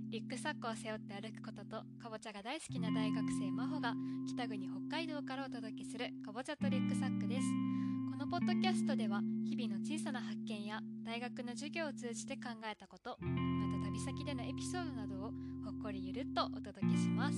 リュックサックを背負って歩くこととかぼちゃが大好きな大学生真帆が北国北海道からお届けするかぼちゃとリュックサックです。このポッドキャストでは日々の小さな発見や大学の授業を通じて考えたこと、また旅先でのエピソードなどをほっこりゆるっとお届けします。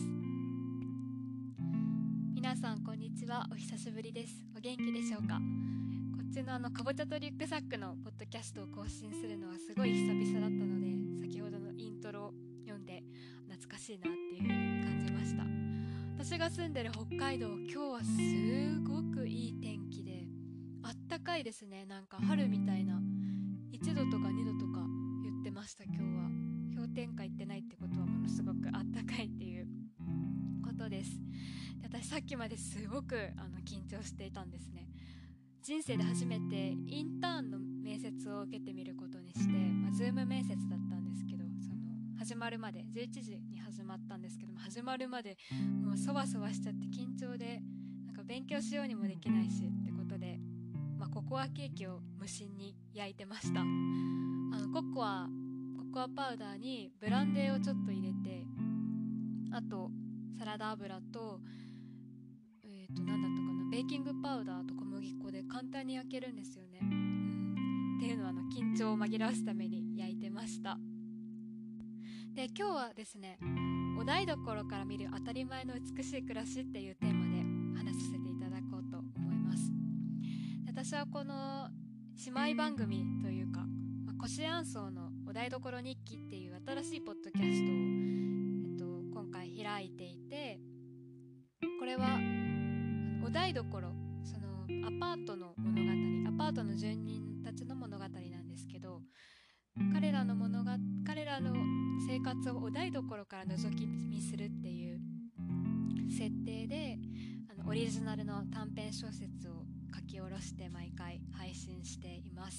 皆さんこんにちは、お久しぶりです。お元気でしょうか。こっちのかぼちゃとリュックサックのポッドキャストを更新するのはすごい久々だったので、先ほどのイントロを読んで懐かしいなっていう風に感じました。私が住んでる北海道、今日はすごくいい天気であったかいですね。なんか春みたいな1度とか2度とか言ってました。今日は氷点下行ってないってことはものすごくあったかいっていうことです。で、私さっきまですごく緊張していたんですね。人生で初めてインターンの面接を受けてみることにして、Zoom 面接だったんですけど、始まるまで11時に始まったんですけども、始まるまでもうそわそわしちゃって緊張で、なんか勉強しようにもできないしってことで、ココアケーキを無心に焼いてました。ココアパウダーにブランデーをちょっと入れて、あとサラダ油と何だったかな、ベーキングパウダーと小麦粉で簡単に焼けるんですよね。っていうのは緊張を紛らわすために焼いてました。で、今日はですね、お台所から見る当たり前の美しい暮らしっていうテーマで話させていただこうと思います。で、私はこの姉妹番組というか、コシアンソーのお台所日記っていう新しいポッドキャストを、今回開いていて、これはお台所、そのアパートの物語、アパートの住人たちの物語なんですけど、彼らの生活をお台所から覗き見するっていう設定で、オリジナルの短編小説を書き下ろして毎回配信しています。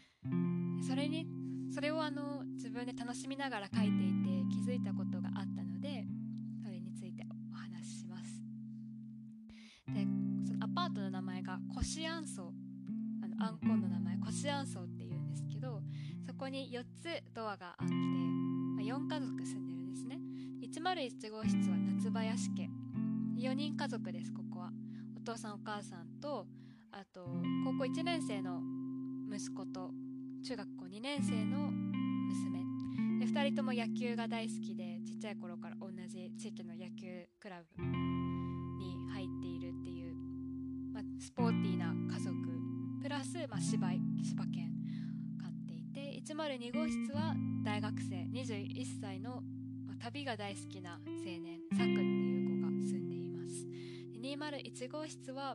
それを自分で楽しみながら書いていて気づいたことがあったので、それについてお話しします。で、そのアパートの名前がコシアンソー、アンコンの名前コシアンソーっていうんですけど、そこに4つドアがあって、4家族住んでるんですね。101号室は夏林家、4人家族です。ここはお父さんお母さんと、あと高校1年生の息子と中学校2年生の娘で、2人とも野球が大好きで、ちっちゃい頃から同じ地域の野球クラブに入っているっていう、スポーティーな家族プラス、柴犬飼っていて、102号室は大学生21歳の、旅が大好きな青年サクっていう子が住んでいます。で、201号室は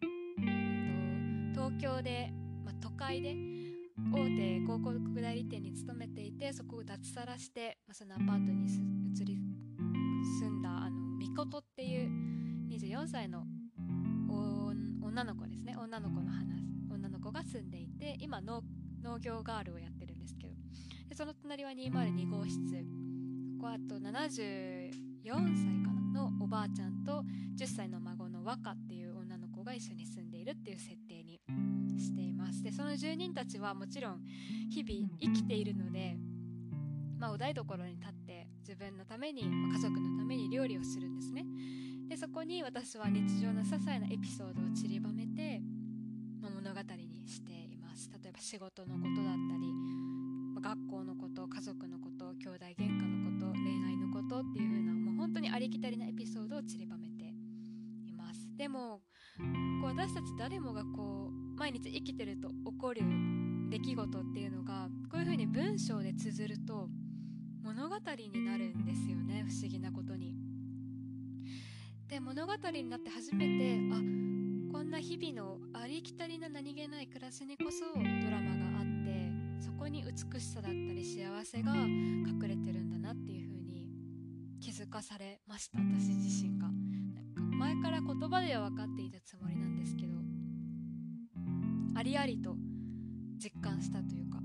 東京で、都会で大手広告代理店に勤めていて、そこを脱サラして、そのアパートに移り住んだみことっていう24歳の女の子ですね。女の子が住んでいて、今農業ガールをやってるんですけど、でその隣は202号室、そこはあと74歳かなのおばあちゃんと10歳の孫の和歌っていう女の子が一緒に住んでいるっていう設定にしています。で、その住人たちはもちろん日々生きているので、お台所に立って自分のために、家族のために料理をするんですね。で、そこに私は日常の些細なエピソードを散りばめて、物語にしています。例えば仕事のことだったり、学校のこと、家族のこと、兄弟喧嘩のこと、恋愛のことっていう風な、もう本当にありきたりなエピソードを散りばめています。でも私たち誰もが毎日生きてると起こる出来事っていうのが、こういう風に文章で綴ると物語になるんですよね。不思議なことに。で、物語になって初めて、こんな日々のありきたりな何気ない暮らしにこそドラマがあって、そこに美しさだったり幸せが隠れてるんだなっていう風に気づかされました。私自身がなんか前から言葉では分かっていたつもりなんですけど、ありありと実感したというか、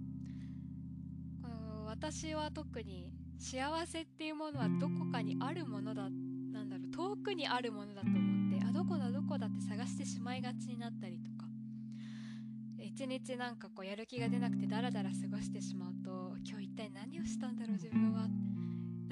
私は特に幸せっていうものはどこかにあるものだ、遠くにあるものだと思って、どこだって探してしまいがちになったりとか、一日やる気が出なくてダラダラ過ごしてしまうと、今日一体何をしたんだろう自分は、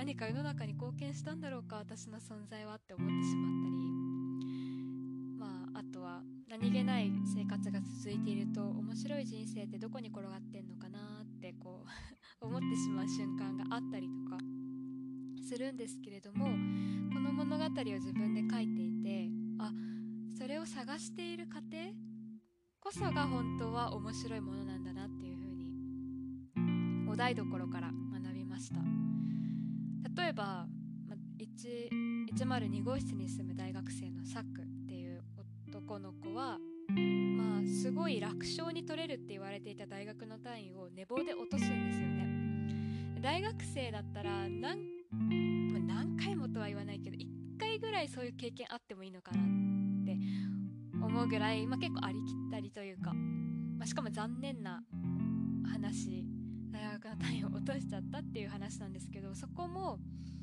何か世の中に貢献したんだろうか私の存在はって思ってしまったり、あとは何気ない生活が続いていると面白い人生ってどこに転がってんのかなって思ってしまう瞬間があったりとかするんですけれども、この物語を自分で書いていて、それを探している過程こそが本当は面白いものなんだなっていうふうにお台所から学びました。例えば、102号室に住む大学生のサックっていう男の子は、すごい楽勝に取れるって言われていた大学の単位を寝坊で落とすんですよね。大学生だったら何回もとは言わないけど1回ぐらいそういう経験あってもいいのかなって思うぐらい、結構ありきったりというか、しかも残念な話、大学の単位を落としちゃったっていう話なんですけど、そこも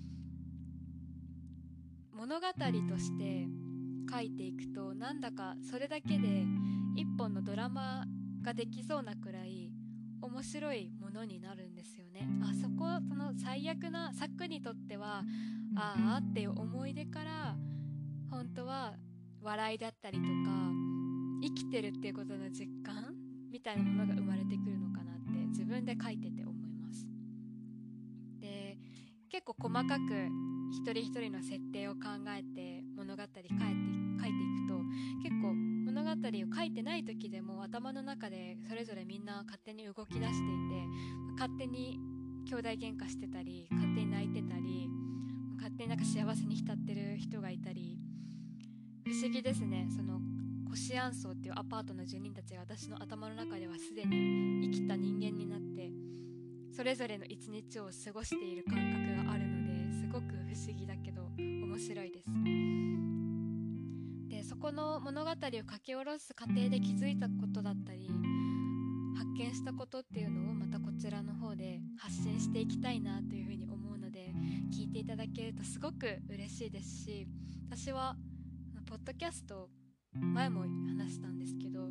物語として書いていくとなんだかそれだけで一本のドラマができそうなくらい面白いものになるんですよね。その最悪なサックにとってはっていう思い出から本当は笑いだったりとか生きてるっていうことの実感みたいなものが生まれてくるのかなって自分で書いてて思います。で、結構細かく一人一人の設定を考えて物語書いていくと、結構物語を書いてない時でも頭の中でそれぞれみんな勝手に動き出していて、勝手に兄弟喧嘩してたり、勝手に泣いてたり、勝手に幸せに浸ってる人がいたり、不思議ですね。そのコシアンソーっていうアパートの住人たちが私の頭の中ではすでに生きた人間になってそれぞれの一日を過ごしている感覚があるので、すごく不思議だけど面白いです。で、そこの物語を書き下ろす過程で気づいたことだったり発見したことっていうのをまたこちらの方で発信していきたいなというふうに思うので、聞いていただけるとすごく嬉しいですし、私はポッドキャスト前も話したんですけど、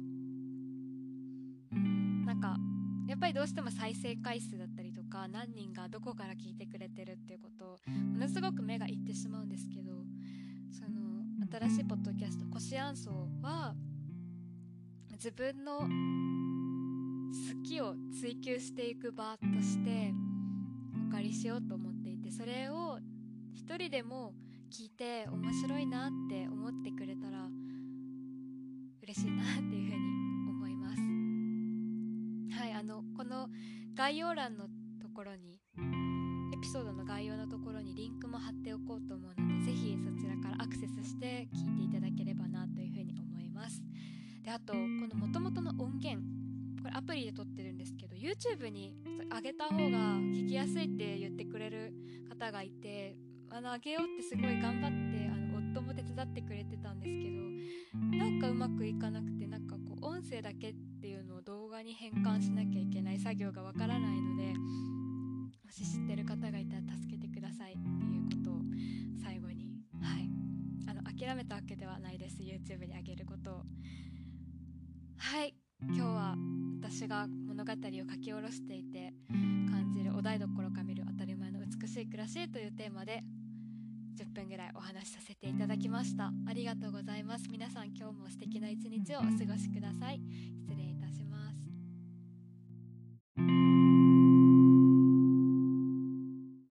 やっぱりどうしても再生回数だったりとか何人がどこから聞いてくれてるっていうことものすごく目がいってしまうんですけど、その新しいポッドキャストコシアンソーは自分の好きを追求していく場としてお借りしようと思っていて、それを一人でも聞いて面白いなって思ってくれたら嬉しいなっていうふうに思います。はい、この概要欄のところにエピソードの概要のところにリンクも貼っておこうと思うので、ぜひそちらからアクセスして聞いていただければなというふうに思います。で、あとこの元々の音源、これアプリで撮ってるんですけど YouTube に上げた方が聞きやすいって言ってくれる方がいて、上げようってすごい頑張って夫も手伝ってくれてたんですけど、なんかうまくいかなくて、音声だけっていうのを動画に変換しなきゃいけない作業がわからないので、もし知ってる方がいたら助けてくださいっていうことを最後に、諦めたわけではないです。 YouTube に上げることを。はい、今日は私が物語を書き下ろしていて感じるお台所から見る当たり前の美しい暮らしというテーマで10分ぐらいお話しさせていただきました。ありがとうございます。皆さん今日も素敵な一日をお過ごしください。